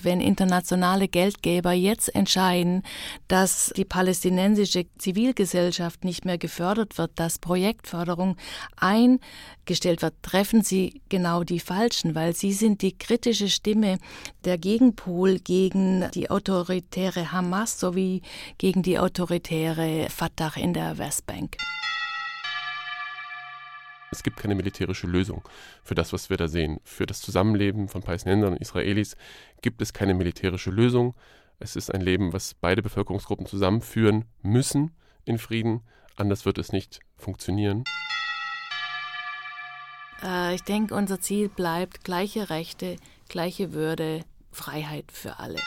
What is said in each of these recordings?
wenn internationale Geldgeber jetzt entscheiden, dass die palästinensische Zivilgesellschaft nicht mehr gefördert wird, dass Projektförderung eingestellt wird, treffen sie genau die Falschen, weil sie sind die kritische Stimme, der Gegenpol gegen die autoritäre Hamas sowie gegen die autoritäre Fatah in der Westbank. Es gibt keine militärische Lösung für das, was wir da sehen. Für das Zusammenleben von Palästinensern und Israelis gibt es keine militärische Lösung. Es ist ein Leben, was beide Bevölkerungsgruppen zusammenführen müssen in Frieden. Anders wird es nicht funktionieren. Ich denke, unser Ziel bleibt gleiche Rechte, gleiche Würde, Freiheit für alle.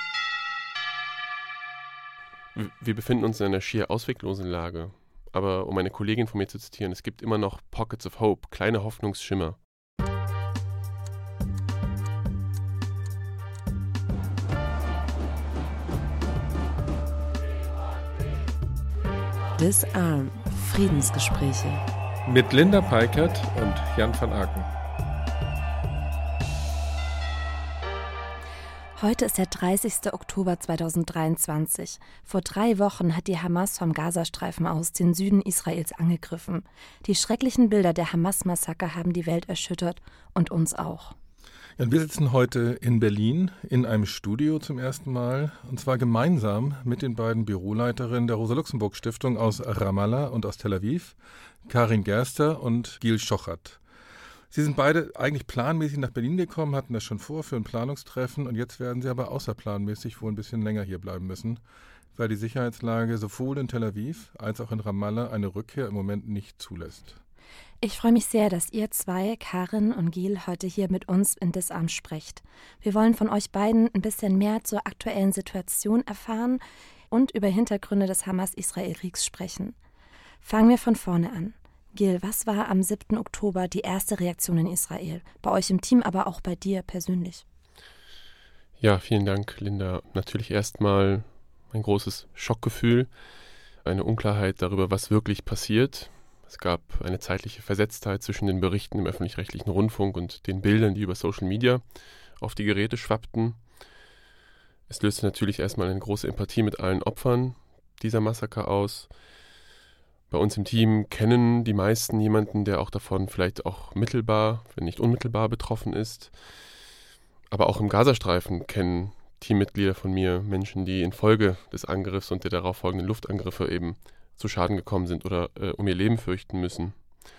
Wir befinden uns in einer schier ausweglosen Lage. Aber um eine Kollegin von mir zu zitieren, es gibt immer noch Pockets of Hope, kleine Hoffnungsschimmer. Disarm – Friedensgespräche. Mit Linda Peikert und Jan van Aken. Heute ist der 30. Oktober 2023. Vor 3 Wochen hat die Hamas vom Gazastreifen aus den Süden Israels angegriffen. Die schrecklichen Bilder der Hamas-Massaker haben die Welt erschüttert und uns auch. Ja, wir sitzen heute in Berlin in einem Studio zum ersten Mal, und zwar gemeinsam mit den beiden Büroleiterinnen der Rosa-Luxemburg-Stiftung aus Ramallah und aus Tel Aviv, Karin Gerster und Gil Schochert. Sie sind beide eigentlich planmäßig nach Berlin gekommen, hatten das schon vor für ein Planungstreffen, und jetzt werden sie aber außerplanmäßig wohl ein bisschen länger hier bleiben müssen, weil die Sicherheitslage sowohl in Tel Aviv als auch in Ramallah eine Rückkehr im Moment nicht zulässt. Ich freue mich sehr, dass ihr zwei, Karin und Gil, heute hier mit uns in Disarm sprecht. Wir wollen von euch beiden ein bisschen mehr zur aktuellen Situation erfahren und über Hintergründe des Hamas-Israel-Kriegs sprechen. Fangen wir von vorne an. Gil, was war am 7. Oktober die erste Reaktion in Israel? Bei euch im Team, aber auch bei dir persönlich? Ja, vielen Dank, Linda. Natürlich erstmal ein großes Schockgefühl, eine Unklarheit darüber, was wirklich passiert. Es gab eine zeitliche Versetztheit zwischen den Berichten im öffentlich-rechtlichen Rundfunk und den Bildern, die über Social Media auf die Geräte schwappten. Es löste natürlich erstmal eine große Empathie mit allen Opfern dieser Massaker aus. Bei uns im Team kennen die meisten jemanden, der auch davon vielleicht auch mittelbar, wenn nicht unmittelbar betroffen ist. Aber auch im Gazastreifen kennen Teammitglieder von mir Menschen, die infolge des Angriffs und der darauf folgenden Luftangriffe eben zu Schaden gekommen sind oder um ihr Leben fürchten müssen.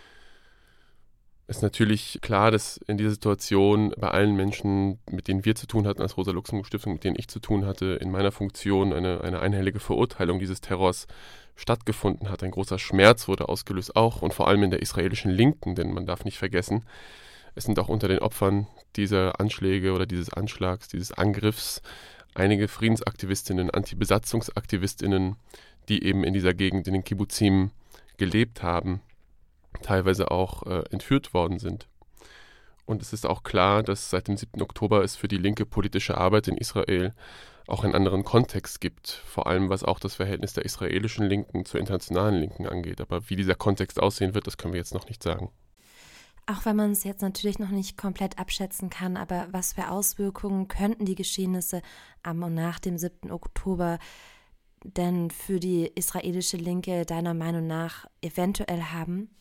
Es ist natürlich klar, dass in dieser Situation bei allen Menschen, mit denen wir zu tun hatten als Rosa-Luxemburg-Stiftung, mit denen ich zu tun hatte, in meiner Funktion eine einhellige Verurteilung dieses Terrors stattgefunden hat. Ein großer Schmerz wurde ausgelöst, auch und vor allem in der israelischen Linken, denn man darf nicht vergessen, es sind auch unter den Opfern dieser Anschläge oder dieses Anschlags, dieses Angriffs einige Friedensaktivistinnen, Antibesatzungsaktivistinnen, die eben in dieser Gegend, in den Kibbuzim gelebt haben, teilweise auch entführt worden sind. Und es ist auch klar, dass seit dem 7. Oktober es für die linke politische Arbeit in Israel auch einen anderen Kontext gibt, vor allem was auch das Verhältnis der israelischen Linken zur internationalen Linken angeht. Aber wie dieser Kontext aussehen wird, das können wir jetzt noch nicht sagen. Auch wenn man es jetzt natürlich noch nicht komplett abschätzen kann, aber was für Auswirkungen könnten die Geschehnisse am und nach dem 7. Oktober denn für die israelische Linke deiner Meinung nach eventuell haben?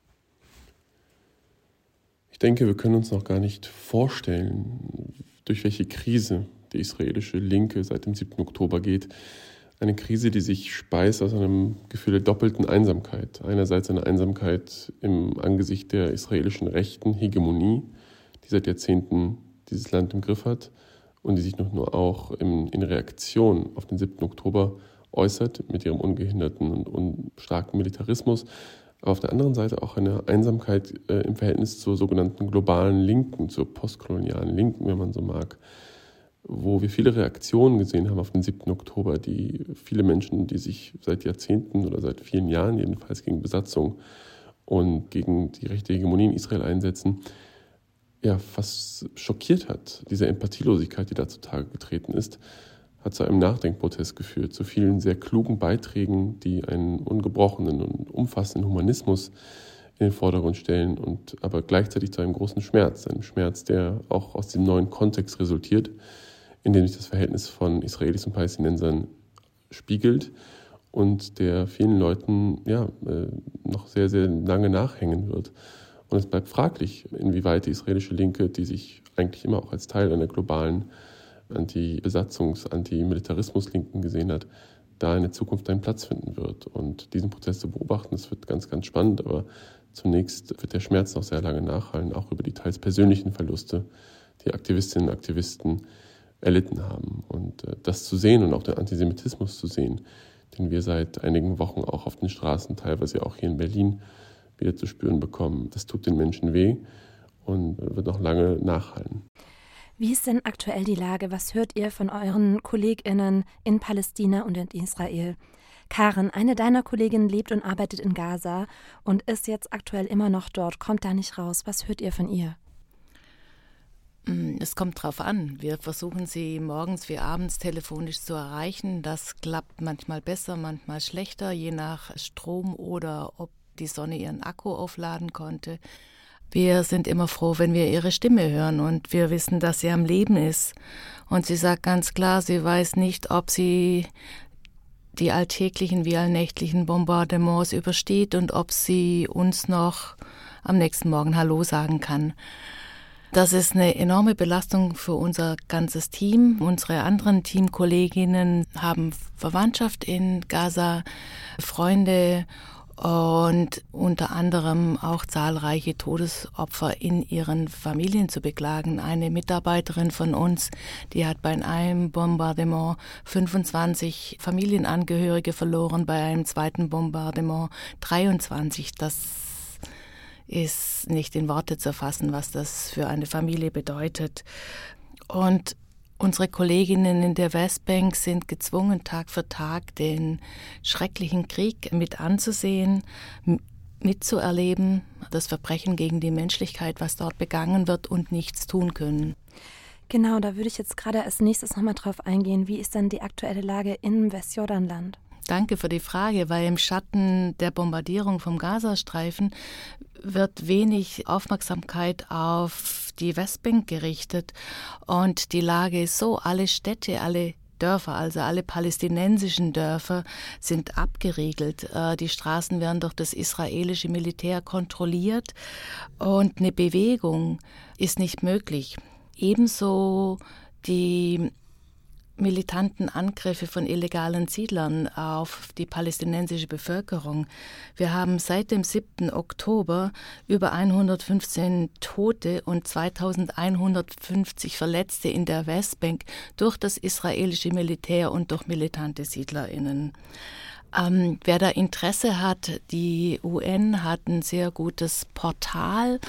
Ich denke, wir können uns noch gar nicht vorstellen, durch welche Krise die israelische Linke seit dem 7. Oktober geht. Eine Krise, die sich speist aus einem Gefühl der doppelten Einsamkeit. Einerseits eine Einsamkeit im Angesicht der israelischen rechten Hegemonie, die seit Jahrzehnten dieses Land im Griff hat und die sich noch nur auch in Reaktion auf den 7. Oktober äußert, mit ihrem ungehinderten und starken Militarismus. Aber auf der anderen Seite auch eine Einsamkeit im Verhältnis zur sogenannten globalen Linken, zur postkolonialen Linken, wenn man so mag, wo wir viele Reaktionen gesehen haben auf den 7. Oktober, die viele Menschen, die sich seit Jahrzehnten oder seit vielen Jahren jedenfalls gegen Besatzung und gegen die rechte Hegemonie in Israel einsetzen, ja, fast schockiert hat. Diese Empathielosigkeit, die da zutage getreten ist, hat zu einem Nachdenkprozess geführt, zu vielen sehr klugen Beiträgen, die einen ungebrochenen und umfassenden Humanismus in den Vordergrund stellen, und aber gleichzeitig zu einem großen Schmerz, einem Schmerz, der auch aus dem neuen Kontext resultiert, in dem sich das Verhältnis von Israelis und Palästinensern spiegelt und der vielen Leuten noch sehr, sehr lange nachhängen wird. Und es bleibt fraglich, inwieweit die israelische Linke, die sich eigentlich immer auch als Teil einer globalen Anti-Besatzungs-, Antimilitarismus-Linken gesehen hat, da in der Zukunft einen Platz finden wird. Und diesen Prozess zu beobachten, das wird ganz, ganz spannend, aber zunächst wird der Schmerz noch sehr lange nachhallen, auch über die teils persönlichen Verluste, die Aktivistinnen und Aktivisten erlitten haben. Und das zu sehen und auch den Antisemitismus zu sehen, den wir seit einigen Wochen auch auf den Straßen, teilweise auch hier in Berlin, wieder zu spüren bekommen, das tut den Menschen weh und wird noch lange nachhallen. Wie ist denn aktuell die Lage? Was hört ihr von euren KollegInnen in Palästina und in Israel? Karen, eine deiner Kolleginnen lebt und arbeitet in Gaza und ist jetzt aktuell immer noch dort, kommt da nicht raus. Was hört ihr von ihr? Es kommt drauf an. Wir versuchen sie morgens wie abends telefonisch zu erreichen. Das klappt manchmal besser, manchmal schlechter, je nach Strom oder ob die Sonne ihren Akku aufladen konnte. Wir sind immer froh, wenn wir ihre Stimme hören und wir wissen, dass sie am Leben ist. Und sie sagt ganz klar, sie weiß nicht, ob sie die alltäglichen wie allnächtlichen Bombardements übersteht und ob sie uns noch am nächsten Morgen Hallo sagen kann. Das ist eine enorme Belastung für unser ganzes Team. Unsere anderen Teamkolleginnen haben Verwandtschaft in Gaza, Freunde und unter anderem auch zahlreiche Todesopfer in ihren Familien zu beklagen. Eine Mitarbeiterin von uns, die hat bei einem Bombardement 25 Familienangehörige verloren, bei einem zweiten Bombardement 23. Das ist nicht in Worte zu fassen, was das für eine Familie bedeutet. Und unsere Kolleginnen in der Westbank sind gezwungen, Tag für Tag den schrecklichen Krieg mit anzusehen, mitzuerleben, das Verbrechen gegen die Menschlichkeit, was dort begangen wird und nichts tun können. Genau, da würde ich jetzt gerade als nächstes nochmal drauf eingehen. Wie ist dann die aktuelle Lage im Westjordanland? Danke für die Frage, weil im Schatten der Bombardierung vom Gazastreifen wird wenig Aufmerksamkeit auf die Westbank gerichtet. Und die Lage ist so, alle Städte, alle Dörfer, also alle palästinensischen Dörfer sind abgeriegelt. Die Straßen werden durch das israelische Militär kontrolliert und eine Bewegung ist nicht möglich. Ebenso die militanten Angriffe von illegalen Siedlern auf die palästinensische Bevölkerung. Wir haben seit dem 7. Oktober über 115 Tote und 2150 Verletzte in der Westbank durch das israelische Militär und durch militante SiedlerInnen. Wer da Interesse hat, die UN hat ein sehr gutes Portal,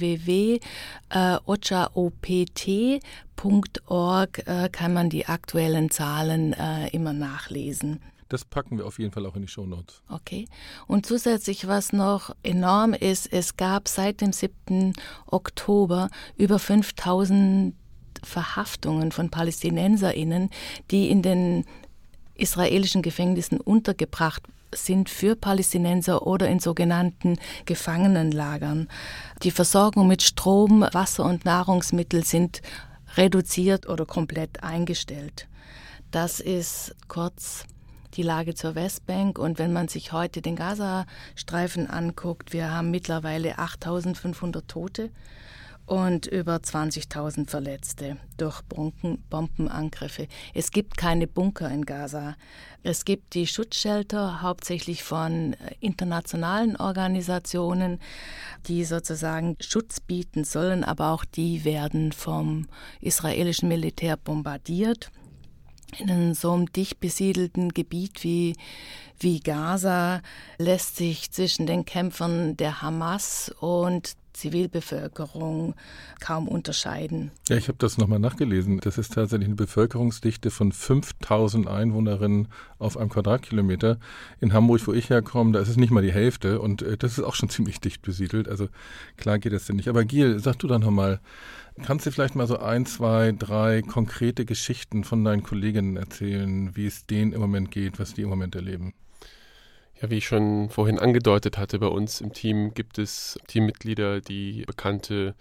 www.ochaopt.org, kann man die aktuellen Zahlen immer nachlesen. Das packen wir auf jeden Fall auch in die Shownotes. Okay. Und zusätzlich, was noch enorm ist, es gab seit dem 7. Oktober über 5000 Verhaftungen von PalästinenserInnen, die in den israelischen Gefängnissen untergebracht sind für Palästinenser oder in sogenannten Gefangenenlagern. Die Versorgung mit Strom, Wasser und Nahrungsmittel sind reduziert oder komplett eingestellt. Das ist kurz die Lage zur Westbank. Und wenn man sich heute den Gazastreifen anguckt, wir haben mittlerweile 8.500 Tote und über 20.000 Verletzte durch Bombenangriffe. Es gibt keine Bunker in Gaza. Es gibt die Schutzshelter, hauptsächlich von internationalen Organisationen, die sozusagen Schutz bieten sollen, aber auch die werden vom israelischen Militär bombardiert. In so einem dicht besiedelten Gebiet wie Gaza lässt sich zwischen den Kämpfern der Hamas und Zivilbevölkerung kaum unterscheiden. Ja, ich habe das nochmal nachgelesen. Das ist tatsächlich eine Bevölkerungsdichte von 5.000 Einwohnerinnen auf einem Quadratkilometer. In Hamburg, wo ich herkomme, da ist es nicht mal die Hälfte und das ist auch schon ziemlich dicht besiedelt. Also klar geht das denn nicht. Aber Gil, sag du dann nochmal, kannst du vielleicht mal so 1, 2, 3 konkrete Geschichten von deinen Kolleginnen erzählen, wie es denen im Moment geht, was die im Moment erleben? Ja, wie ich schon vorhin angedeutet hatte, bei uns im Team gibt es Teammitglieder, die bekannte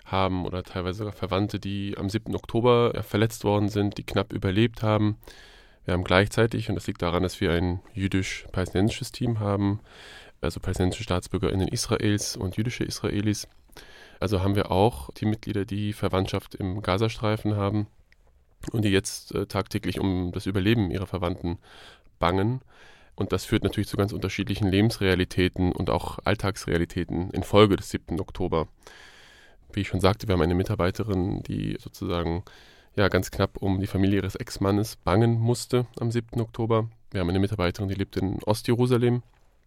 haben oder teilweise sogar Verwandte, die am 7. Oktober verletzt worden sind, die knapp überlebt haben. Wir haben gleichzeitig, und das liegt daran, dass wir ein jüdisch-palästinensisches Team haben, also palästinensische StaatsbürgerInnen Israels und jüdische Israelis. Also haben wir auch Teammitglieder, die Verwandtschaft im Gazastreifen haben und die jetzt tagtäglich um das Überleben ihrer Verwandten bangen. Und das führt natürlich zu ganz unterschiedlichen Lebensrealitäten und auch Alltagsrealitäten infolge des 7. Oktober. Wie ich schon sagte, wir haben eine Mitarbeiterin, die sozusagen ganz knapp um die Familie ihres Ex-Mannes bangen musste am 7. Oktober. Wir haben eine Mitarbeiterin, die lebt in Ostjerusalem,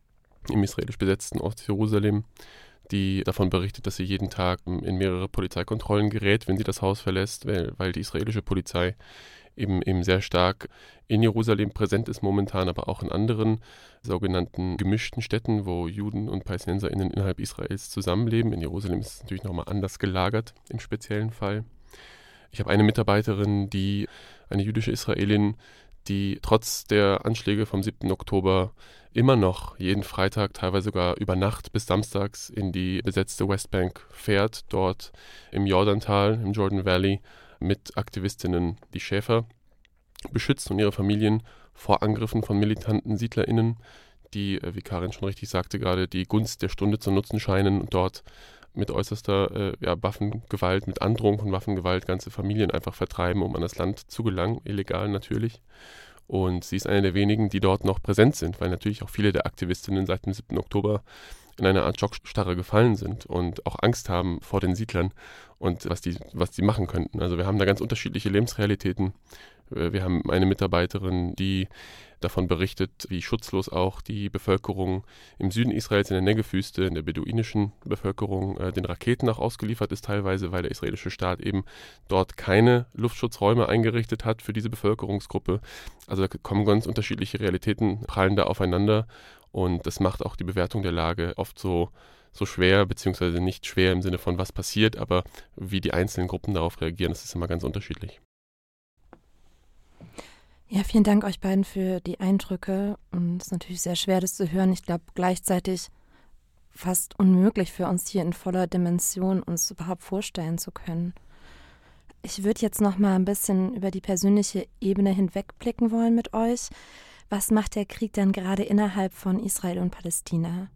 im israelisch besetzten Ostjerusalem, die davon berichtet, dass sie jeden Tag in mehrere Polizeikontrollen gerät, wenn sie das Haus verlässt, weil die israelische Polizei eben sehr stark in Jerusalem präsent ist momentan, aber auch in anderen sogenannten gemischten Städten, wo Juden und PalästinenserInnen innerhalb Israels zusammenleben. In Jerusalem ist es natürlich nochmal anders gelagert im speziellen Fall. Ich habe eine Mitarbeiterin, eine jüdische Israelin, die trotz der Anschläge vom 7. Oktober immer noch jeden Freitag, teilweise sogar über Nacht bis samstags in die besetzte Westbank fährt, dort im Jordantal, im Jordan Valley, mit Aktivistinnen die Schäfer beschützt und ihre Familien vor Angriffen von militanten SiedlerInnen, die, wie Karin schon richtig sagte, gerade die Gunst der Stunde zu nutzen scheinen und dort mit äußerster Waffengewalt, mit Androhung von Waffengewalt ganze Familien einfach vertreiben, um an das Land zu gelangen, illegal natürlich. Und sie ist eine der wenigen, die dort noch präsent sind, weil natürlich auch viele der Aktivistinnen seit dem 7. Oktober in eine Art Schockstarre gefallen sind und auch Angst haben vor den Siedlern und was die machen könnten. Also wir haben da ganz unterschiedliche Lebensrealitäten. Wir haben eine Mitarbeiterin, die davon berichtet, wie schutzlos auch die Bevölkerung im Süden Israels in der Negevwüste, in der beduinischen Bevölkerung, den Raketen auch ausgeliefert ist teilweise, weil der israelische Staat eben dort keine Luftschutzräume eingerichtet hat für diese Bevölkerungsgruppe. Also da kommen ganz unterschiedliche Realitäten, prallen da aufeinander und das macht auch die Bewertung der Lage oft so schwer, beziehungsweise nicht schwer im Sinne von was passiert, aber wie die einzelnen Gruppen darauf reagieren, das ist immer ganz unterschiedlich. Ja, vielen Dank euch beiden für die Eindrücke. Und es ist natürlich sehr schwer, das zu hören. Ich glaube, gleichzeitig fast unmöglich für uns hier in voller Dimension uns überhaupt vorstellen zu können. Ich würde jetzt noch mal ein bisschen über die persönliche Ebene hinwegblicken wollen mit euch. Was macht der Krieg dann gerade innerhalb von Israel und Palästina?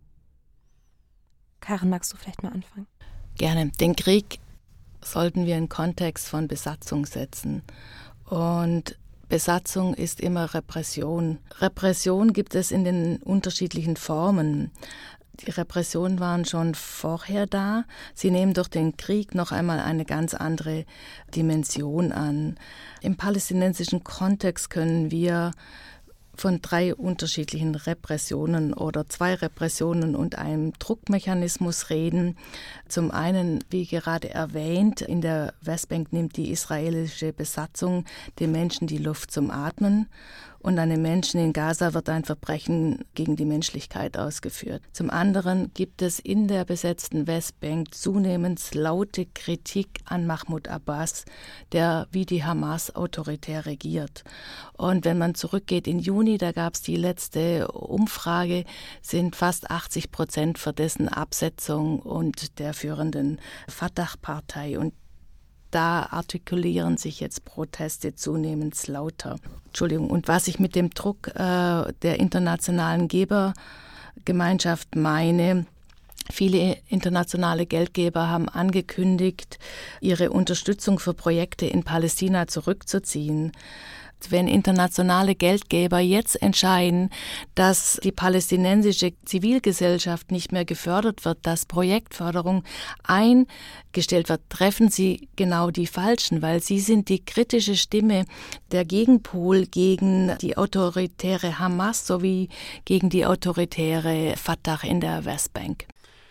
Karin, magst du vielleicht mal anfangen? Gerne. Den Krieg sollten wir in Kontext von Besatzung setzen. Und Besatzung ist immer Repression. Repression gibt es in den unterschiedlichen Formen. Die Repressionen waren schon vorher da. Sie nehmen durch den Krieg noch einmal eine ganz andere Dimension an. Im palästinensischen Kontext können wir von 3 unterschiedlichen Repressionen oder 2 Repressionen und einem Druckmechanismus reden. Zum einen, wie gerade erwähnt, in der Westbank nimmt die israelische Besatzung den Menschen die Luft zum Atmen und an den Menschen in Gaza wird ein Verbrechen gegen die Menschlichkeit ausgeführt. Zum anderen gibt es in der besetzten Westbank zunehmend laute Kritik an Mahmoud Abbas, der wie die Hamas autoritär regiert. Und wenn man zurückgeht in Juni, da gab es die letzte Umfrage, sind fast 80% für dessen Absetzung und der führenden Fatah-Partei. Und da artikulieren sich jetzt Proteste zunehmend lauter. Und was ich mit dem Druck der internationalen Gebergemeinschaft meine, viele internationale Geldgeber haben angekündigt, ihre Unterstützung für Projekte in Palästina zurückzuziehen. Wenn internationale Geldgeber jetzt entscheiden, dass die palästinensische Zivilgesellschaft nicht mehr gefördert wird, dass Projektförderung eingestellt wird, treffen sie genau die Falschen, weil sie sind die kritische Stimme, der Gegenpol gegen die autoritäre Hamas sowie gegen die autoritäre Fatah in der Westbank.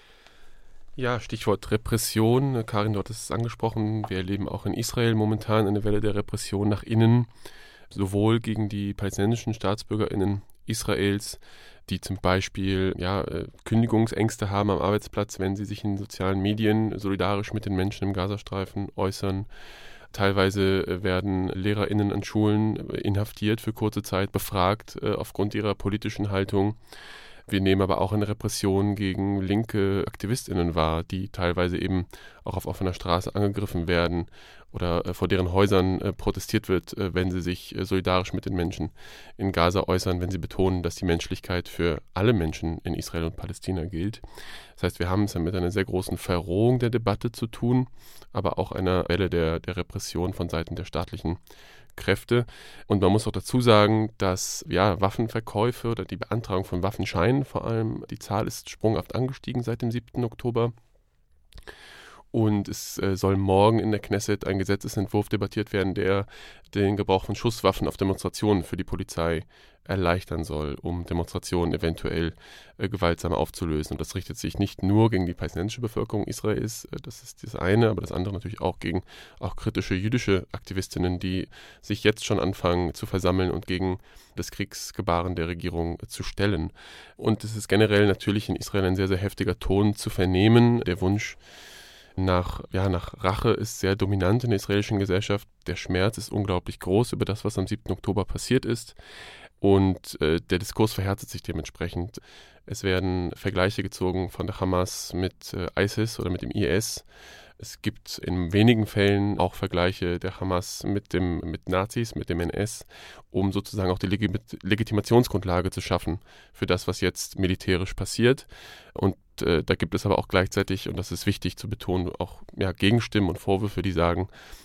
Ja, Stichwort Repression. Karin, du hattest es angesprochen. Wir erleben auch in Israel momentan eine Welle der Repression nach innen, sowohl gegen die palästinensischen StaatsbürgerInnen Israels, die zum Beispiel Kündigungsängste haben am Arbeitsplatz, wenn sie sich in sozialen Medien solidarisch mit den Menschen im Gazastreifen äußern. Teilweise werden LehrerInnen an Schulen inhaftiert für kurze Zeit, befragt aufgrund ihrer politischen Haltung. Wir nehmen aber auch eine Repression gegen linke AktivistInnen wahr, die teilweise eben auch auf offener Straße angegriffen werden oder vor deren Häusern protestiert wird, wenn sie sich solidarisch mit den Menschen in Gaza äußern, wenn sie betonen, dass die Menschlichkeit für alle Menschen in Israel und Palästina gilt. Das heißt, wir haben es ja mit einer sehr großen Verrohung der Debatte zu tun, aber auch einer Welle der Repression von Seiten der staatlichen Kräfte. Und man muss auch dazu sagen, dass Waffenverkäufe oder die Beantragung von Waffenscheinen vor allem, die Zahl ist sprunghaft angestiegen seit dem 7. Oktober. Und es soll morgen in der Knesset ein Gesetzesentwurf debattiert werden, der den Gebrauch von Schusswaffen auf Demonstrationen für die Polizei erleichtern soll, um Demonstrationen eventuell gewaltsam aufzulösen. Und das richtet sich nicht nur gegen die palästinensische Bevölkerung Israels, das ist das eine, aber das andere natürlich auch gegen auch kritische jüdische Aktivistinnen, die sich jetzt schon anfangen zu versammeln und gegen das Kriegsgebaren der Regierung zu stellen. Und es ist generell natürlich in Israel ein sehr, sehr heftiger Ton zu vernehmen. Der Wunsch nach Rache ist sehr dominant in der israelischen Gesellschaft. Der Schmerz ist unglaublich groß über das, was am 7. Oktober passiert ist. Und der Diskurs verhärtet sich dementsprechend. Es werden Vergleiche gezogen von der Hamas mit ISIS oder mit dem IS. Es gibt in wenigen Fällen auch Vergleiche der Hamas mit Nazis, mit dem NS, um sozusagen auch die Legitimationsgrundlage zu schaffen für das, was jetzt militärisch passiert. Und da gibt es aber auch gleichzeitig, und das ist wichtig zu betonen, auch Gegenstimmen und Vorwürfe, die sagen,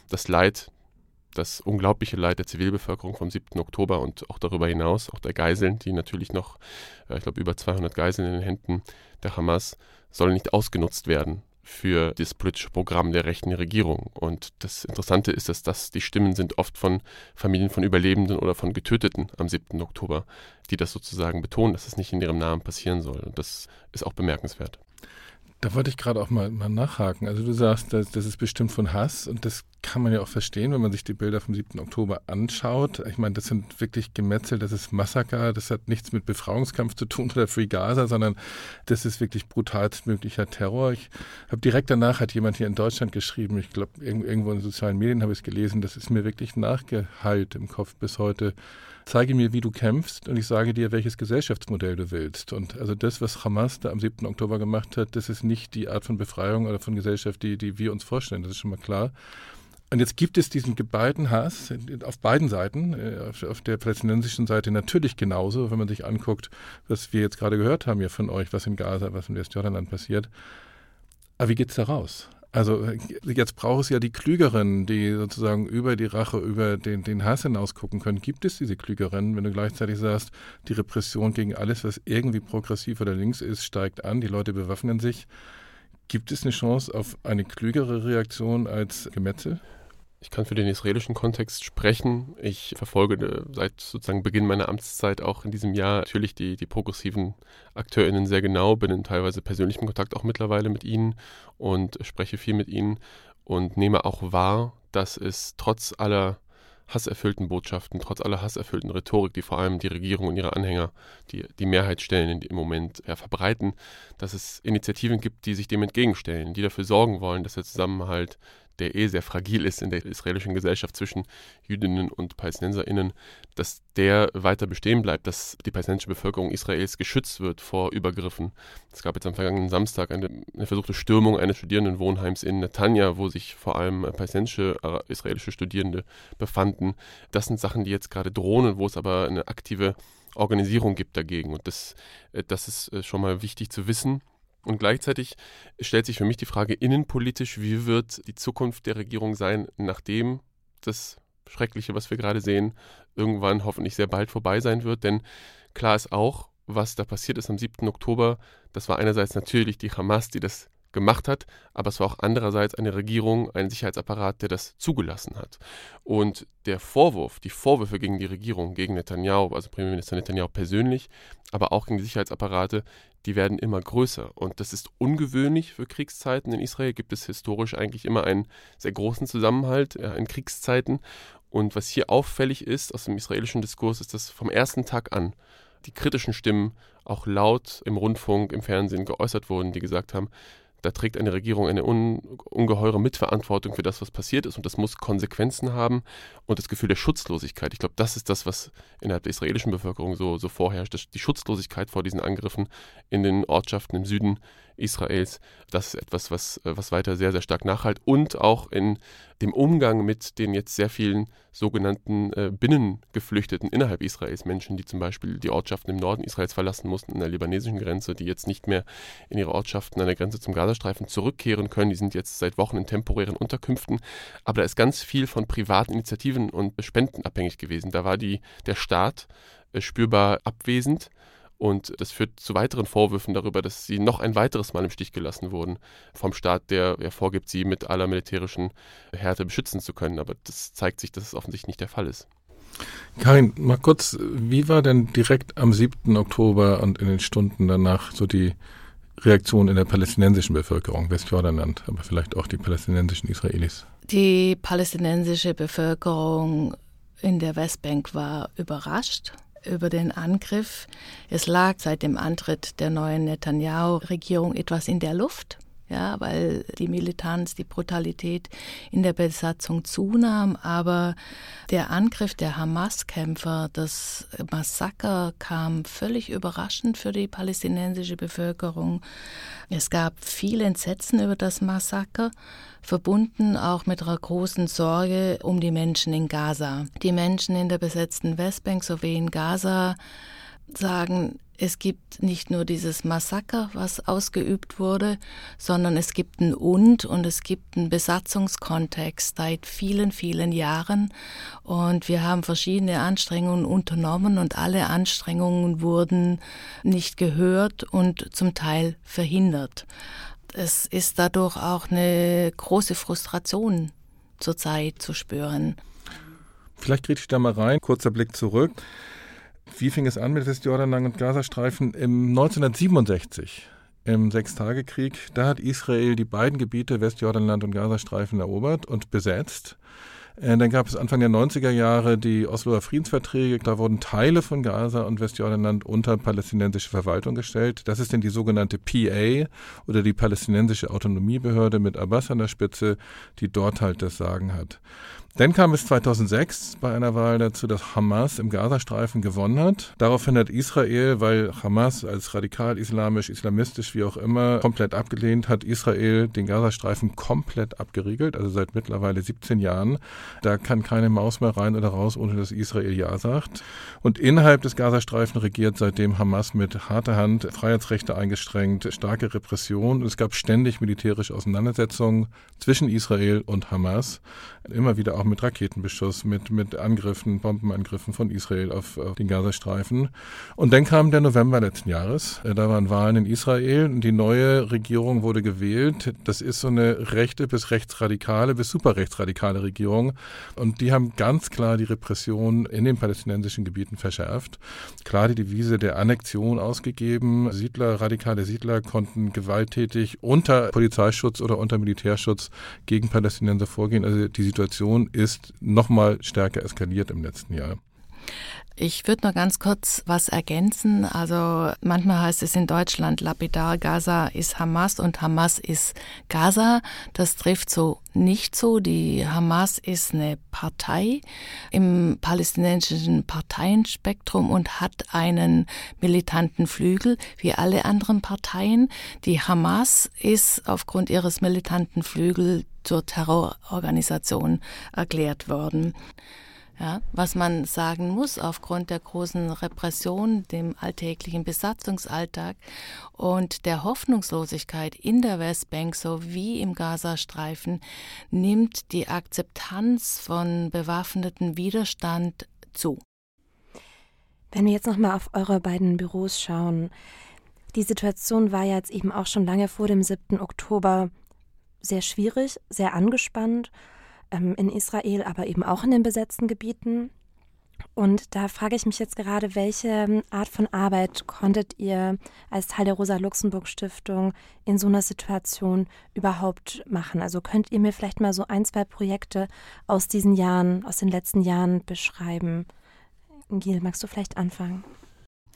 das unglaubliche Leid der Zivilbevölkerung vom 7. Oktober und auch darüber hinaus, auch der Geiseln, die natürlich noch, ich glaube, über 200 Geiseln in den Händen der Hamas, soll nicht ausgenutzt werden für das politische Programm der rechten Regierung. Und das Interessante ist, dass das die Stimmen sind oft von Familien von Überlebenden oder von Getöteten am 7. Oktober, die das sozusagen betonen, dass es nicht in ihrem Namen passieren soll. Und das ist auch bemerkenswert. Da wollte ich gerade auch mal nachhaken. Also du sagst, das ist bestimmt von Hass und das kann man ja auch verstehen, wenn man sich die Bilder vom 7. Oktober anschaut. Ich meine, das sind wirklich Gemetzel, das ist Massaker, das hat nichts mit Befreiungskampf zu tun oder Free Gaza, sondern das ist wirklich brutalstmöglicher Terror. Ich habe direkt danach, hat jemand hier in Deutschland geschrieben, ich glaube irgendwo in den sozialen Medien habe ich es gelesen, das ist mir wirklich nachgehallt im Kopf bis heute. Zeige mir, wie du kämpfst und ich sage dir, welches Gesellschaftsmodell du willst. Und also das, was Hamas da am 7. Oktober gemacht hat, das ist nicht die Art von Befreiung oder von Gesellschaft, die wir uns vorstellen. Das ist schon mal klar. Und jetzt gibt es diesen geballten Hass auf beiden Seiten, auf der palästinensischen Seite natürlich genauso, wenn man sich anguckt, was wir jetzt gerade gehört haben hier von euch, was in Gaza, was im Westjordanland passiert. Aber wie geht's da raus? Also jetzt braucht es ja die Klügeren, die sozusagen über die Rache, über den Hass hinaus gucken können. Gibt es diese Klügeren, wenn du gleichzeitig sagst, die Repression gegen alles, was irgendwie progressiv oder links ist, steigt an, die Leute bewaffnen sich. Gibt es eine Chance auf eine klügere Reaktion als Gemetzel? Ich kann für den israelischen Kontext sprechen. Ich verfolge seit sozusagen Beginn meiner Amtszeit auch in diesem Jahr natürlich die progressiven AkteurInnen sehr genau, bin in teilweise persönlichem Kontakt auch mittlerweile mit ihnen und spreche viel mit ihnen und nehme auch wahr, dass es trotz aller hasserfüllten Botschaften, trotz aller hasserfüllten Rhetorik, die vor allem die Regierung und ihre Anhänger, die Mehrheit stellen, im Moment verbreiten, dass es Initiativen gibt, die sich dem entgegenstellen, die dafür sorgen wollen, dass der Zusammenhalt, der sehr fragil ist in der israelischen Gesellschaft zwischen Jüdinnen und PalästinenserInnen, dass der weiter bestehen bleibt, dass die palästinensische Bevölkerung Israels geschützt wird vor Übergriffen. Es gab jetzt am vergangenen Samstag eine versuchte Stürmung eines Studierendenwohnheims in Netanya, wo sich vor allem palästinensische, israelische Studierende befanden. Das sind Sachen, die jetzt gerade drohen und wo es aber eine aktive Organisierung gibt dagegen. Und das ist schon mal wichtig zu wissen. Und gleichzeitig stellt sich für mich die Frage innenpolitisch, wie wird die Zukunft der Regierung sein, nachdem das Schreckliche, was wir gerade sehen, irgendwann hoffentlich sehr bald vorbei sein wird. Denn klar ist auch, was da passiert ist am 7. Oktober, das war einerseits natürlich die Hamas, die das gemacht hat, aber es war auch andererseits eine Regierung, ein Sicherheitsapparat, der das zugelassen hat. Und die Vorwürfe gegen die Regierung, gegen Netanyahu, also Premierminister Netanyahu persönlich, aber auch gegen die Sicherheitsapparate, die werden immer größer. Und das ist ungewöhnlich für Kriegszeiten. In Israel gibt es historisch eigentlich immer einen sehr großen Zusammenhalt in Kriegszeiten. Und was hier auffällig ist aus dem israelischen Diskurs, ist, dass vom ersten Tag an die kritischen Stimmen auch laut im Rundfunk, im Fernsehen geäußert wurden, die gesagt haben, Da trägt eine Regierung eine ungeheure Mitverantwortung für das, was passiert ist, und das muss Konsequenzen haben, und das Gefühl der Schutzlosigkeit. Ich glaube, das ist das, was innerhalb der israelischen Bevölkerung so vorherrscht, die Schutzlosigkeit vor diesen Angriffen in den Ortschaften im Süden Israels. Das ist etwas, was weiter sehr, sehr stark nachhalt, und auch in dem Umgang mit den jetzt sehr vielen sogenannten Binnengeflüchteten innerhalb Israels, Menschen, die zum Beispiel die Ortschaften im Norden Israels verlassen mussten, an der libanesischen Grenze, die jetzt nicht mehr in ihre Ortschaften an der Grenze zum Gazastreifen zurückkehren können. Die sind jetzt seit Wochen in temporären Unterkünften. Aber da ist ganz viel von privaten Initiativen und Spenden abhängig gewesen. Da war der Staat spürbar abwesend. Und das führt zu weiteren Vorwürfen darüber, dass sie noch ein weiteres Mal im Stich gelassen wurden vom Staat, der vorgibt, sie mit aller militärischen Härte beschützen zu können. Aber das zeigt sich, dass es offensichtlich nicht der Fall ist. Karin, mal kurz, wie war denn direkt am 7. Oktober und in den Stunden danach so die Reaktion in der palästinensischen Bevölkerung, Westjordanland, aber vielleicht auch die palästinensischen Israelis? Die palästinensische Bevölkerung in der Westbank war überrascht über den Angriff. Es lag seit dem Antritt der neuen Netanyahu-Regierung etwas in der Luft, ja, weil die Militanz, die Brutalität in der Besatzung zunahm. Aber der Angriff der Hamas-Kämpfer, das Massaker kam völlig überraschend für die palästinensische Bevölkerung. Es gab viel Entsetzen über das Massaker, verbunden auch mit einer großen Sorge um die Menschen in Gaza. Die Menschen in der besetzten Westbank sowie in Gaza sagen, es gibt nicht nur dieses Massaker, was ausgeübt wurde, sondern es gibt und es gibt einen Besatzungskontext seit vielen, vielen Jahren. Und wir haben verschiedene Anstrengungen unternommen, und alle Anstrengungen wurden nicht gehört und zum Teil verhindert. Es ist dadurch auch eine große Frustration zurzeit zu spüren. Vielleicht kriege ich da mal rein, kurzer Blick zurück. Wie fing es an mit Westjordanland und Gazastreifen? 1967, im Sechstagekrieg, da hat Israel die beiden Gebiete Westjordanland und Gazastreifen erobert und besetzt. Dann gab es Anfang der 90er Jahre die Osloer Friedensverträge. Da wurden Teile von Gaza und Westjordanland unter palästinensische Verwaltung gestellt. Das ist denn die sogenannte PA oder die palästinensische Autonomiebehörde mit Abbas an der Spitze, die dort halt das Sagen hat. Dann kam es 2006 bei einer Wahl dazu, dass Hamas im Gazastreifen gewonnen hat. Daraufhin hat Israel, weil Hamas als radikal-islamisch, islamistisch, wie auch immer, komplett abgelehnt, hat Israel den Gazastreifen komplett abgeriegelt, also seit mittlerweile 17 Jahren. Da kann keine Maus mehr rein oder raus, ohne dass Israel Ja sagt. Und innerhalb des Gazastreifen regiert seitdem Hamas mit harter Hand, Freiheitsrechte eingeschränkt, starke Repression. Es gab ständig militärische Auseinandersetzungen zwischen Israel und Hamas. Immer wieder auch mit Raketenbeschuss, mit Angriffen, Bombenangriffen von Israel auf den Gazastreifen. Und dann kam der November letzten Jahres. Da waren Wahlen in Israel und die neue Regierung wurde gewählt. Das ist so eine rechte bis rechtsradikale bis superrechtsradikale Regierung. Und die haben ganz klar die Repression in den palästinensischen Gebieten verschärft. Klar die Devise der Annexion ausgegeben. Radikale Siedler konnten gewalttätig unter Polizeischutz oder unter Militärschutz gegen Palästinenser vorgehen. Also die Situation ist nochmal stärker eskaliert im letzten Jahr. Ich würde noch ganz kurz was ergänzen. Also manchmal heißt es in Deutschland lapidar, Gaza ist Hamas und Hamas ist Gaza. Das trifft so nicht so. Die Hamas ist eine Partei im palästinensischen Parteienspektrum und hat einen militanten Flügel wie alle anderen Parteien. Die Hamas ist aufgrund ihres militanten Flügels zur Terrororganisation erklärt worden. Ja, was man sagen muss, aufgrund der großen Repression, dem alltäglichen Besatzungsalltag und der Hoffnungslosigkeit in der Westbank sowie im Gazastreifen nimmt die Akzeptanz von bewaffneten Widerstand zu. Wenn wir jetzt nochmal auf eure beiden Büros schauen, die Situation war ja jetzt eben auch schon lange vor dem 7. Oktober sehr schwierig, sehr angespannt. In Israel, aber eben auch in den besetzten Gebieten. Und da frage ich mich jetzt gerade, welche Art von Arbeit konntet ihr als Teil der Rosa-Luxemburg-Stiftung in so einer Situation überhaupt machen? Also könnt ihr mir vielleicht mal so 1, 2 Projekte aus diesen Jahren, aus den letzten Jahren beschreiben? Gil, magst du vielleicht anfangen?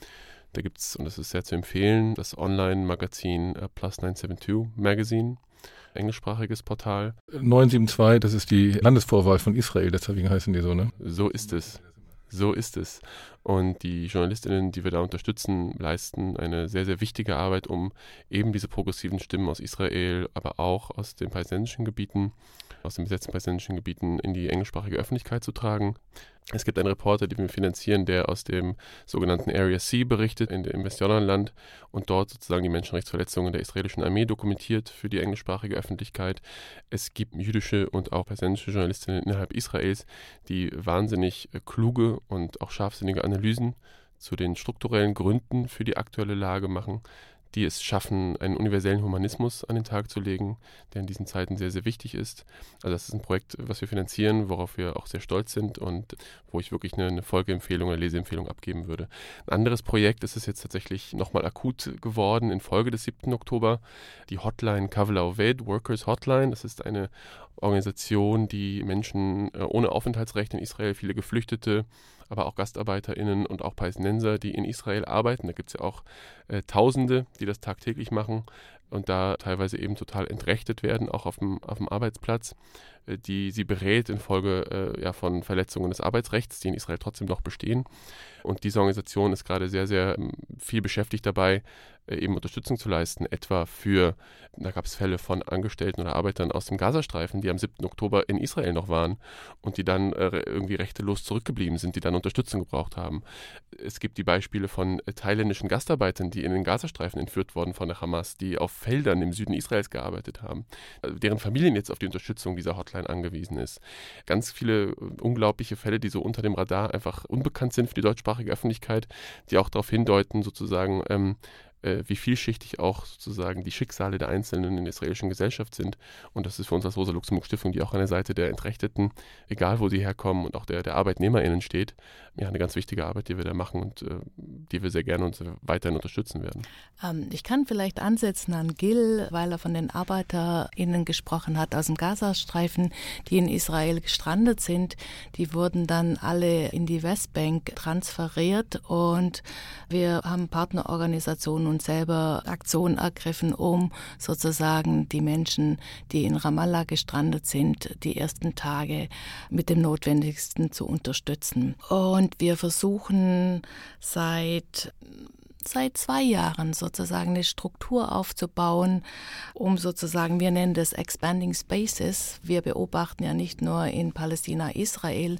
Da gibt es, und das ist sehr zu empfehlen, das Online-Magazin Plus 972 Magazine, englischsprachiges Portal. 972, das ist die Landesvorwahl von Israel, deswegen heißen die so, ne? So ist es. So ist es. Und die JournalistInnen, die wir da unterstützen, leisten eine sehr, sehr wichtige Arbeit, um eben diese progressiven Stimmen aus Israel, aber auch aus den palästinensischen Gebieten, aus den besetzten palästinensischen Gebieten in die englischsprachige Öffentlichkeit zu tragen. Es gibt einen Reporter, den wir finanzieren, der aus dem sogenannten Area C berichtet, im Westjordanland, und dort sozusagen die Menschenrechtsverletzungen der israelischen Armee dokumentiert für die englischsprachige Öffentlichkeit. Es gibt jüdische und auch palästinensische Journalistinnen innerhalb Israels, die wahnsinnig kluge und auch scharfsinnige Analysen zu den strukturellen Gründen für die aktuelle Lage machen, die es schaffen, einen universellen Humanismus an den Tag zu legen, der in diesen Zeiten sehr, sehr wichtig ist. Also das ist ein Projekt, was wir finanzieren, worauf wir auch sehr stolz sind und wo ich wirklich eine Folgeempfehlung oder Leseempfehlung abgeben würde. Ein anderes Projekt ist es jetzt tatsächlich nochmal akut geworden in Folge des 7. Oktober, die Hotline Kaveh La'Oved, Workers Hotline. Das ist eine Organisation, die Menschen ohne Aufenthaltsrecht in Israel, viele Geflüchtete, aber auch GastarbeiterInnen und auch Palästinenser, die in Israel arbeiten. Da gibt es ja auch Tausende, die das tagtäglich machen und da teilweise eben total entrechtet werden, auch auf dem Arbeitsplatz, die sie berät infolge von Verletzungen des Arbeitsrechts, die in Israel trotzdem noch bestehen. Und diese Organisation ist gerade sehr, sehr viel beschäftigt dabei, eben Unterstützung zu leisten, etwa da gab es Fälle von Angestellten oder Arbeitern aus dem Gazastreifen, die am 7. Oktober in Israel noch waren und die dann irgendwie rechtelos zurückgeblieben sind, die dann Unterstützung gebraucht haben. Es gibt die Beispiele von thailändischen Gastarbeitern, die in den Gazastreifen entführt wurden von der Hamas, die auf Feldern im Süden Israels gearbeitet haben, deren Familien jetzt auf die Unterstützung dieser Hotline angewiesen ist. Ganz viele unglaubliche Fälle, die so unter dem Radar einfach unbekannt sind für die deutschsprachige Öffentlichkeit, die auch darauf hindeuten, sozusagen, wie vielschichtig auch sozusagen die Schicksale der Einzelnen in der israelischen Gesellschaft sind. Und das ist für uns als Rosa-Luxemburg-Stiftung, die auch an der Seite der Entrechteten, egal wo sie herkommen, und auch der ArbeitnehmerInnen steht, ja, eine ganz wichtige Arbeit, die wir da machen und die wir sehr gerne und weiterhin unterstützen werden. Ich kann vielleicht ansetzen an Gil, weil er von den ArbeiterInnen gesprochen hat aus dem Gazastreifen, die in Israel gestrandet sind. Die wurden dann alle in die Westbank transferiert und wir haben Partnerorganisationen und selber Aktionen ergriffen, um sozusagen die Menschen, die in Ramallah gestrandet sind, die ersten Tage mit dem Notwendigsten zu unterstützen. Und wir versuchen seit 2 Jahren sozusagen eine Struktur aufzubauen, um sozusagen, wir nennen das Expanding Spaces. Wir beobachten ja nicht nur in Palästina, Israel,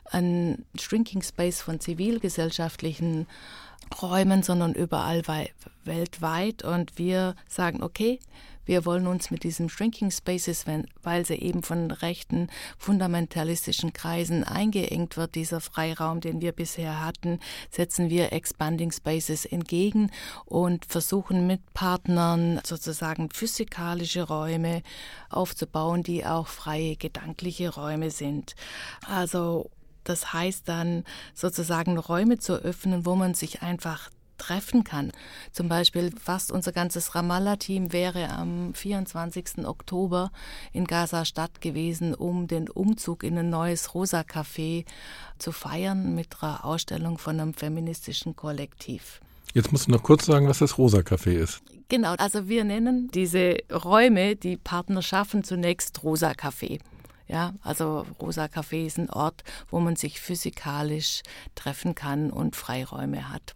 ein Shrinking Space von zivilgesellschaftlichen Räumen, sondern überall weltweit. Und wir sagen, okay, wir wollen uns mit diesen Shrinking Spaces, weil sie eben von rechten, fundamentalistischen Kreisen eingeengt wird, dieser Freiraum, den wir bisher hatten, setzen wir Expanding Spaces entgegen und versuchen mit Partnern sozusagen physikalische Räume aufzubauen, die auch freie gedankliche Räume sind. Also das heißt dann sozusagen Räume zu öffnen, wo man sich einfach treffen kann. Zum Beispiel fast unser ganzes Ramallah-Team wäre am 24. Oktober in Gaza-Stadt gewesen, um den Umzug in ein neues Rosa-Café zu feiern mit einer Ausstellung von einem feministischen Kollektiv. Jetzt musst du noch kurz sagen, was das Rosa-Café ist. Genau, also wir nennen diese Räume, die Partner schaffen, zunächst Rosa-Café. Ja, also Rosa Café ist ein Ort, wo man sich physikalisch treffen kann und Freiräume hat.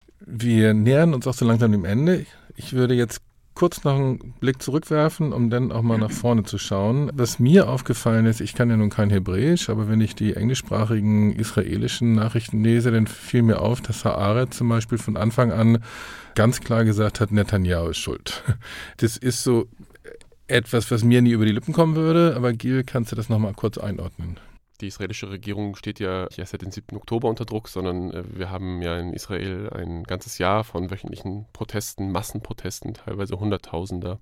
Wir nähern uns auch so langsam dem Ende. Ich würde jetzt kurz noch einen Blick zurückwerfen, um dann auch mal nach vorne zu schauen. Was mir aufgefallen ist, ich kann ja nun kein Hebräisch, aber wenn ich die englischsprachigen israelischen Nachrichten lese, dann fiel mir auf, dass Haaretz zum Beispiel von Anfang an ganz klar gesagt hat, Netanyahu ist schuld. Das ist so etwas, was mir nie über die Lippen kommen würde, aber Gil, kannst du das nochmal kurz einordnen? Die israelische Regierung steht ja nicht erst seit dem 7. Oktober unter Druck, sondern wir haben ja in Israel ein ganzes Jahr von wöchentlichen Protesten, Massenprotesten, teilweise Hunderttausender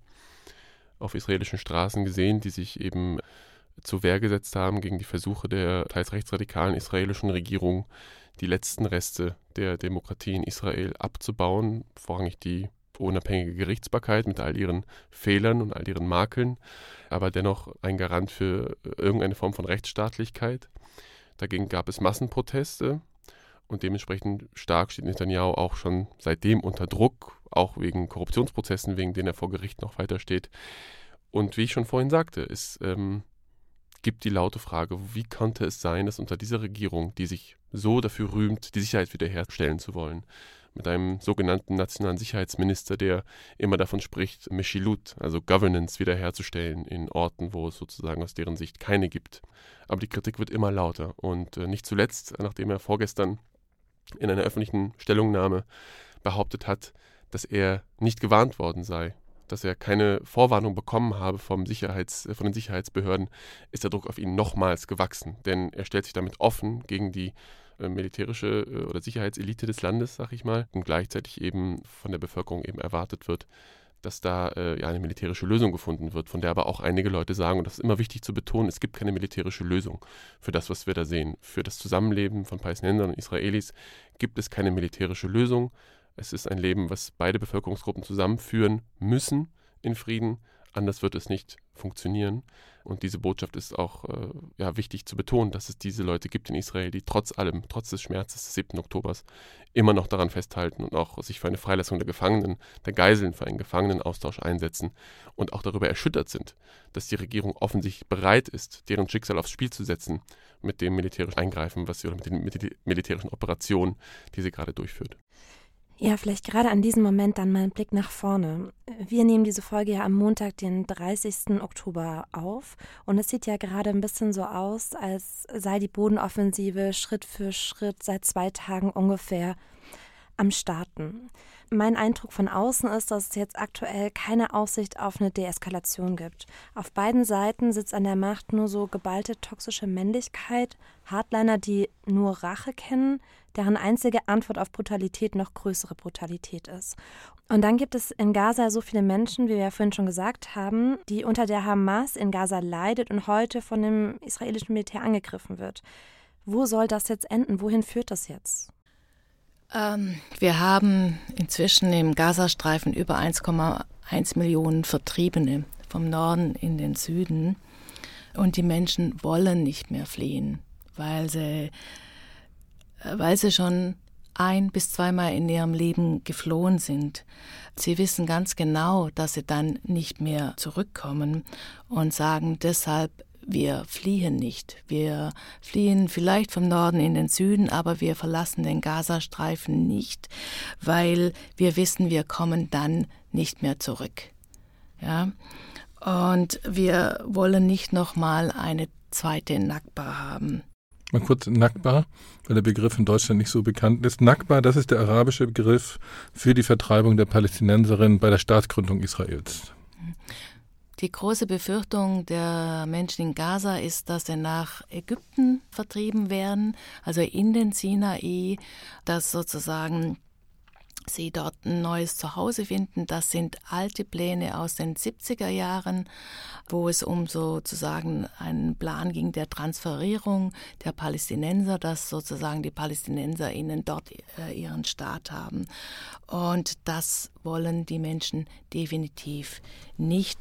auf israelischen Straßen gesehen, die sich eben zur Wehr gesetzt haben gegen die Versuche der teils rechtsradikalen israelischen Regierung, die letzten Reste der Demokratie in Israel abzubauen, vorrangig die unabhängige Gerichtsbarkeit mit all ihren Fehlern und all ihren Makeln, aber dennoch ein Garant für irgendeine Form von Rechtsstaatlichkeit. Dagegen gab es Massenproteste Und dementsprechend stark steht Netanyahu auch schon seitdem unter Druck, auch wegen Korruptionsprozessen, wegen denen er vor Gericht noch weiter steht. Und wie ich schon vorhin sagte, es gibt die laute Frage, wie konnte es sein, dass unter dieser Regierung, die sich so dafür rühmt, die Sicherheit wiederherstellen zu wollen, mit einem sogenannten nationalen Sicherheitsminister, der immer davon spricht, Meshilut, also Governance wiederherzustellen in Orten, wo es sozusagen aus deren Sicht keine gibt. Aber die Kritik wird immer lauter. Und nicht zuletzt, nachdem er vorgestern in einer öffentlichen Stellungnahme behauptet hat, dass er nicht gewarnt worden sei, dass er keine Vorwarnung bekommen habe von den Sicherheitsbehörden, ist der Druck auf ihn nochmals gewachsen. Denn er stellt sich damit offen gegen die militärische oder Sicherheitselite des Landes, sag ich mal, und gleichzeitig eben von der Bevölkerung eben erwartet wird, dass da eine militärische Lösung gefunden wird, von der aber auch einige Leute sagen, und das ist immer wichtig zu betonen, es gibt keine militärische Lösung für das, was wir da sehen. Für das Zusammenleben von Palästinensern und Israelis gibt es keine militärische Lösung. Es ist ein Leben, was beide Bevölkerungsgruppen zusammenführen müssen in Frieden. Anders wird es nicht funktionieren. Und diese Botschaft ist auch wichtig zu betonen, dass es diese Leute gibt in Israel, die trotz allem, trotz des Schmerzes des 7. Oktobers, immer noch daran festhalten und auch sich für eine Freilassung der Gefangenen, der Geiseln, für einen Gefangenenaustausch einsetzen und auch darüber erschüttert sind, dass die Regierung offensichtlich bereit ist, deren Schicksal aufs Spiel zu setzen mit dem militärischen Eingreifen, mit den militärischen Operationen, die sie gerade durchführt. Ja, vielleicht gerade an diesem Moment dann mal ein Blick nach vorne. Wir nehmen diese Folge ja am Montag, den 30. Oktober auf. Und es sieht ja gerade ein bisschen so aus, als sei die Bodenoffensive Schritt für Schritt seit 2 Tagen ungefähr am Starten. Mein Eindruck von außen ist, dass es jetzt aktuell keine Aussicht auf eine Deeskalation gibt. Auf beiden Seiten sitzt an der Macht nur so geballte toxische Männlichkeit, Hardliner, die nur Rache kennen, deren einzige Antwort auf Brutalität noch größere Brutalität ist. Und dann gibt es in Gaza so viele Menschen, wie wir ja vorhin schon gesagt haben, die unter der Hamas in Gaza leidet und heute von dem israelischen Militär angegriffen wird. Wo soll das jetzt enden? Wohin führt das jetzt? Wir haben inzwischen im Gazastreifen über 1,1 Millionen Vertriebene vom Norden in den Süden. Und die Menschen wollen nicht mehr fliehen, weil sie schon 1- bis 2-mal in ihrem Leben geflohen sind. Sie wissen ganz genau, dass sie dann nicht mehr zurückkommen und sagen deshalb, wir fliehen nicht. Wir fliehen vielleicht vom Norden in den Süden, aber wir verlassen den Gazastreifen nicht, weil wir wissen, wir kommen dann nicht mehr zurück. Ja? Und wir wollen nicht nochmal eine zweite Nakba haben. Mal kurz Nakba, weil der Begriff in Deutschland nicht so bekannt ist. Nakba, das ist der arabische Begriff für die Vertreibung der Palästinenserinnen bei der Staatsgründung Israels. Die große Befürchtung der Menschen in Gaza ist, dass sie nach Ägypten vertrieben werden, also in den Sinai, dass sozusagen sie dort ein neues Zuhause finden. Das sind alte Pläne aus den 70er Jahren, wo es um sozusagen einen Plan ging der Transferierung der Palästinenser, dass sozusagen die PalästinenserInnen dort ihren Staat haben. Und das wollen die Menschen definitiv nicht.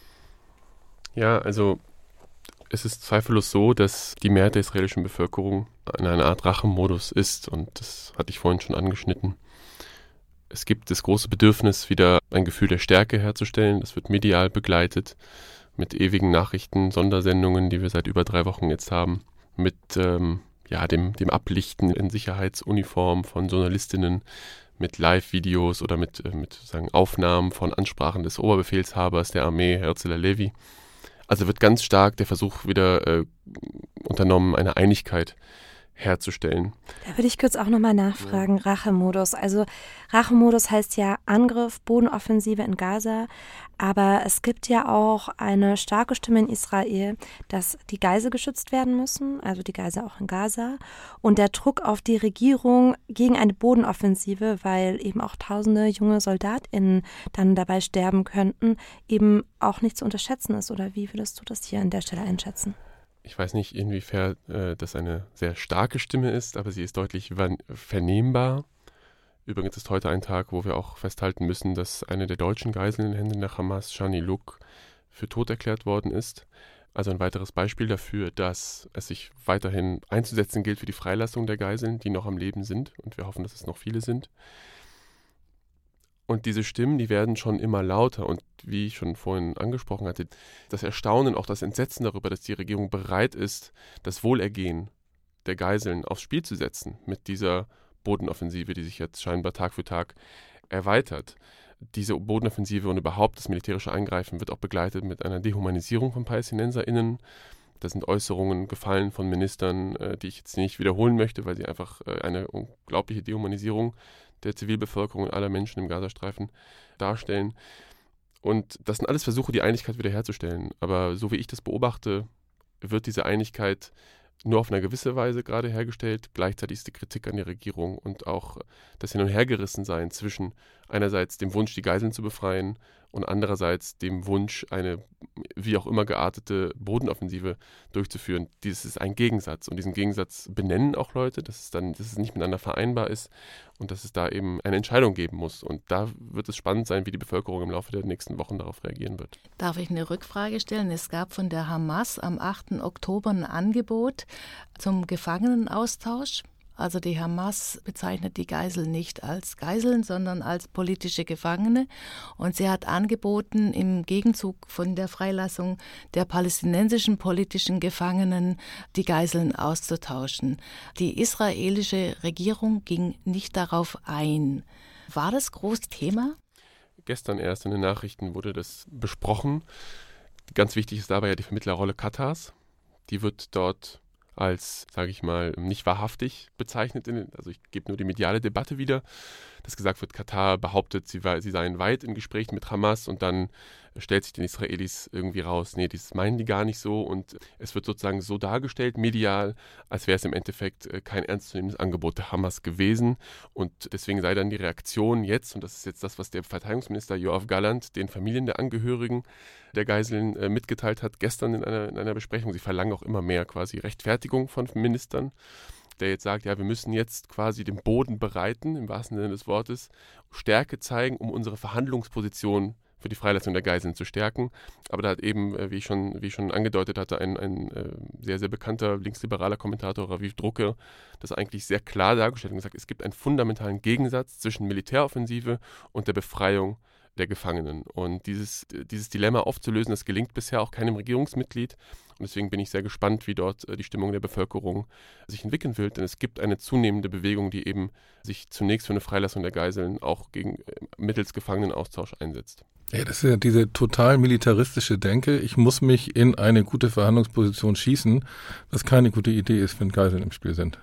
Ja, also es ist zweifellos so, dass die Mehrheit der israelischen Bevölkerung in einer Art Rachemodus ist und das hatte ich vorhin schon angeschnitten. Es gibt das große Bedürfnis, wieder ein Gefühl der Stärke herzustellen. Das wird medial begleitet mit ewigen Nachrichten, Sondersendungen, die wir seit über 3 Wochen jetzt haben, mit dem Ablichten in Sicherheitsuniform von Journalistinnen, mit Live-Videos oder mit sozusagen Aufnahmen von Ansprachen des Oberbefehlshabers der Armee, Herzl Halevi. Also wird ganz stark der Versuch wieder unternommen, eine Einigkeit herzustellen. Da würde ich kurz auch nochmal nachfragen, Rachemodus. Also Rachemodus heißt ja Angriff, Bodenoffensive in Gaza, aber es gibt ja auch eine starke Stimme in Israel, dass die Geiseln geschützt werden müssen, also die Geiseln auch in Gaza, und der Druck auf die Regierung gegen eine Bodenoffensive, weil eben auch tausende junge SoldatInnen dann dabei sterben könnten, eben auch nicht zu unterschätzen ist. Oder wie würdest du das hier an der Stelle einschätzen? Ich weiß nicht, inwiefern das eine sehr starke Stimme ist, aber sie ist deutlich vernehmbar. Übrigens ist heute ein Tag, wo wir auch festhalten müssen, dass eine der deutschen Geiseln in den Händen der Hamas, Shani Luk, für tot erklärt worden ist. Also ein weiteres Beispiel dafür, dass es sich weiterhin einzusetzen gilt für die Freilassung der Geiseln, die noch am Leben sind. Und wir hoffen, dass es noch viele sind. Und diese Stimmen, die werden schon immer lauter. Und wie ich schon vorhin angesprochen hatte, das Erstaunen, auch das Entsetzen darüber, dass die Regierung bereit ist, das Wohlergehen der Geiseln aufs Spiel zu setzen mit dieser Bodenoffensive, die sich jetzt scheinbar Tag für Tag erweitert. Diese Bodenoffensive und überhaupt das militärische Eingreifen wird auch begleitet mit einer Dehumanisierung von PalästinenserInnen. Da sind Äußerungen gefallen von Ministern, die ich jetzt nicht wiederholen möchte, weil sie einfach eine unglaubliche Dehumanisierung der Zivilbevölkerung und aller Menschen im Gazastreifen darstellen. Und das sind alles Versuche, die Einigkeit wiederherzustellen. Aber so wie ich das beobachte, wird diese Einigkeit nur auf eine gewisse Weise gerade hergestellt. Gleichzeitig ist die Kritik an die Regierung und auch das Hin- und Hergerissensein zwischen einerseits dem Wunsch, die Geiseln zu befreien und andererseits dem Wunsch, eine wie auch immer geartete Bodenoffensive durchzuführen. Dies ist ein Gegensatz und diesen Gegensatz benennen auch Leute, dass es nicht miteinander vereinbar ist und dass es da eben eine Entscheidung geben muss. Und da wird es spannend sein, wie die Bevölkerung im Laufe der nächsten Wochen darauf reagieren wird. Darf ich eine Rückfrage stellen? Es gab von der Hamas am 8. Oktober ein Angebot zum Gefangenenaustausch. Also die Hamas bezeichnet die Geiseln nicht als Geiseln, sondern als politische Gefangene. Und sie hat angeboten, im Gegenzug von der Freilassung der palästinensischen politischen Gefangenen die Geiseln auszutauschen. Die israelische Regierung ging nicht darauf ein. War das groß Thema? Gestern erst in den Nachrichten wurde das besprochen. Ganz wichtig ist dabei ja die Vermittlerrolle Katars. Die wird dort als, sage ich mal, nicht wahrhaftig bezeichnet. Also ich gebe nur die mediale Debatte wieder, dass gesagt wird, Katar behauptet, sie seien weit in Gesprächen mit Hamas und dann stellt sich den Israelis irgendwie raus, nee, das meinen die gar nicht so und es wird sozusagen so dargestellt, medial, als wäre es im Endeffekt kein ernstzunehmendes Angebot der Hamas gewesen und deswegen sei dann die Reaktion jetzt, und das ist jetzt das, was der Verteidigungsminister Yoav Gallant den Familien der Angehörigen der Geiseln mitgeteilt hat, gestern in einer Besprechung, sie verlangen auch immer mehr quasi Rechtfertigung von Ministern, der jetzt sagt, ja, wir müssen jetzt quasi den Boden bereiten, im wahrsten Sinne des Wortes, Stärke zeigen, um unsere Verhandlungsposition für die Freilassung der Geiseln zu stärken. Aber da hat eben, wie ich schon angedeutet hatte, ein sehr, sehr bekannter linksliberaler Kommentator, Raviv Drucker, das eigentlich sehr klar dargestellt und gesagt, es gibt einen fundamentalen Gegensatz zwischen Militäroffensive und der Befreiung der Gefangenen. Und dieses Dilemma aufzulösen, das gelingt bisher auch keinem Regierungsmitglied. Und deswegen bin ich sehr gespannt, wie dort die Stimmung der Bevölkerung sich entwickeln wird. Denn es gibt eine zunehmende Bewegung, die eben sich zunächst für eine Freilassung der Geiseln auch mittels Gefangenenaustausch einsetzt. Ja, das ist ja diese total militaristische Denke. Ich muss mich in eine gute Verhandlungsposition schießen, was keine gute Idee ist, wenn Geiseln im Spiel sind.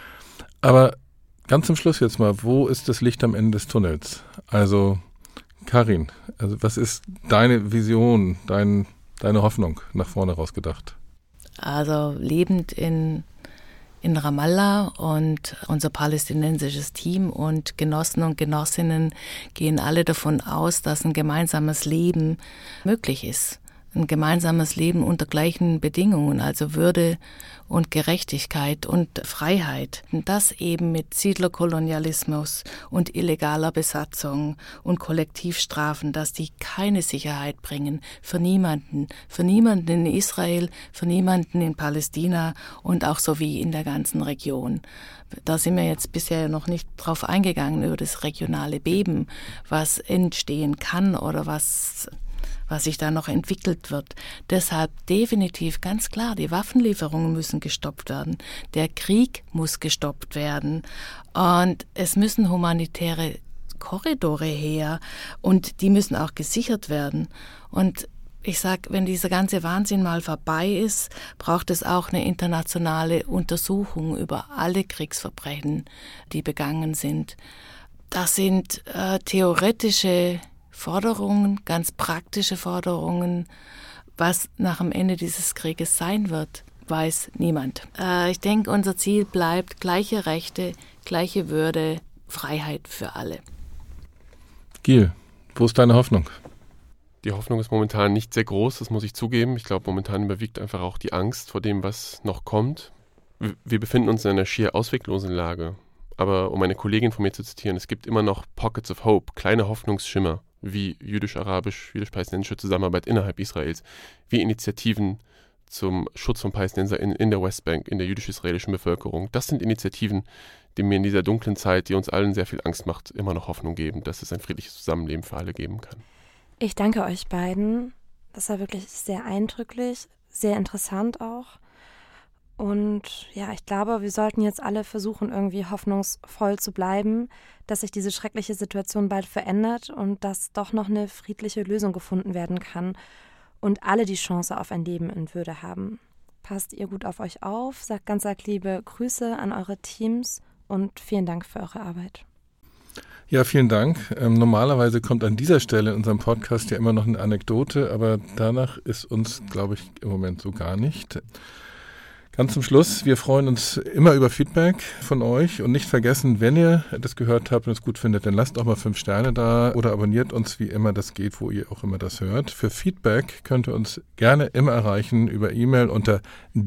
Aber ganz zum Schluss jetzt mal, wo ist das Licht am Ende des Tunnels? Also Karin, also was ist deine Vision, deine Hoffnung nach vorne rausgedacht? Also lebend in Ramallah und unser palästinensisches Team und Genossen und Genossinnen gehen alle davon aus, dass ein gemeinsames Leben möglich ist. Ein gemeinsames Leben unter gleichen Bedingungen, also Würde und Gerechtigkeit und Freiheit. Und das eben mit Siedlerkolonialismus und illegaler Besatzung und Kollektivstrafen, dass die keine Sicherheit bringen für niemanden in Israel, für niemanden in Palästina und auch so wie in der ganzen Region. Da sind wir jetzt bisher noch nicht drauf eingegangen, über das regionale Beben, was entstehen kann oder was sich da noch entwickelt wird. Deshalb definitiv ganz klar, die Waffenlieferungen müssen gestoppt werden. Der Krieg muss gestoppt werden. Und es müssen humanitäre Korridore her und die müssen auch gesichert werden. Und ich sage, wenn dieser ganze Wahnsinn mal vorbei ist, braucht es auch eine internationale Untersuchung über alle Kriegsverbrechen, die begangen sind. Das sind theoretische Forderungen, ganz praktische Forderungen. Was nach dem Ende dieses Krieges sein wird, weiß niemand. Ich denke, unser Ziel bleibt gleiche Rechte, gleiche Würde, Freiheit für alle. Gil, wo ist deine Hoffnung? Die Hoffnung ist momentan nicht sehr groß, das muss ich zugeben. Ich glaube, momentan überwiegt einfach auch die Angst vor dem, was noch kommt. Wir befinden uns in einer schier ausweglosen Lage. Aber um eine Kollegin von mir zu zitieren, es gibt immer noch Pockets of Hope, kleine Hoffnungsschimmer, wie jüdisch-palästinensische Zusammenarbeit innerhalb Israels, wie Initiativen zum Schutz von Palästinenser in der Westbank, in der jüdisch-israelischen Bevölkerung. Das sind Initiativen, die mir in dieser dunklen Zeit, die uns allen sehr viel Angst macht, immer noch Hoffnung geben, dass es ein friedliches Zusammenleben für alle geben kann. Ich danke euch beiden. Das war wirklich sehr eindrücklich, sehr interessant auch. Und ja, ich glaube, wir sollten jetzt alle versuchen, irgendwie hoffnungsvoll zu bleiben, dass sich diese schreckliche Situation bald verändert und dass doch noch eine friedliche Lösung gefunden werden kann und alle die Chance auf ein Leben in Würde haben. Passt ihr gut auf euch auf, sagt ganz liebe Grüße an eure Teams und vielen Dank für eure Arbeit. Ja, vielen Dank. Normalerweise kommt an dieser Stelle in unserem Podcast ja immer noch eine Anekdote, aber danach ist uns, glaube ich, im Moment so gar nicht. Ganz zum Schluss, wir freuen uns immer über Feedback von euch und nicht vergessen, wenn ihr das gehört habt und es gut findet, dann lasst auch mal 5 Sterne da oder abonniert uns, wie immer das geht, wo ihr auch immer das hört. Für Feedback könnt ihr uns gerne immer erreichen über E-Mail unter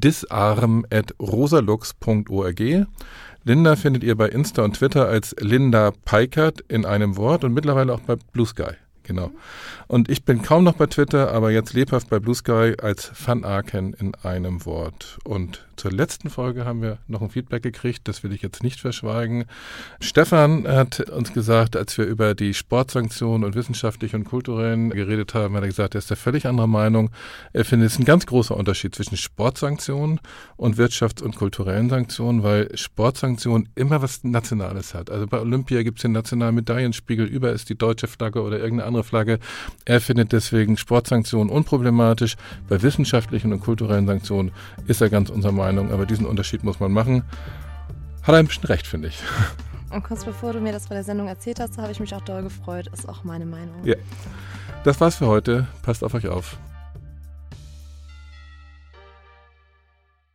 disarm@rosalux.org. Linda findet ihr bei Insta und Twitter als Linda Peikert in einem Wort und mittlerweile auch bei Blue Sky. Genau. Und ich bin kaum noch bei Twitter, aber jetzt lebhaft bei Blue Sky als Van Aken in einem Wort. Und zur letzten Folge haben wir noch ein Feedback gekriegt, das will ich jetzt nicht verschweigen. Stefan hat uns gesagt, als wir über die Sportsanktionen und wissenschaftlichen und kulturellen geredet haben, hat er gesagt, er ist da völlig anderer Meinung. Er findet, es ist ein ganz großer Unterschied zwischen Sportsanktionen und wirtschafts- und kulturellen Sanktionen, weil Sportsanktionen immer was Nationales hat. Also bei Olympia gibt es den nationalen Medaillenspiegel, über ist die deutsche Flagge oder irgendeine andere Flagge. Er findet deswegen Sportsanktionen unproblematisch. Bei wissenschaftlichen und kulturellen Sanktionen ist er ganz unserer Meinung, aber diesen Unterschied muss man machen. Hat er ein bisschen recht, finde ich. Und kurz bevor du mir das bei der Sendung erzählt hast, habe ich mich auch doll gefreut. Ist auch meine Meinung. Ja. Das war's für heute. Passt auf euch auf.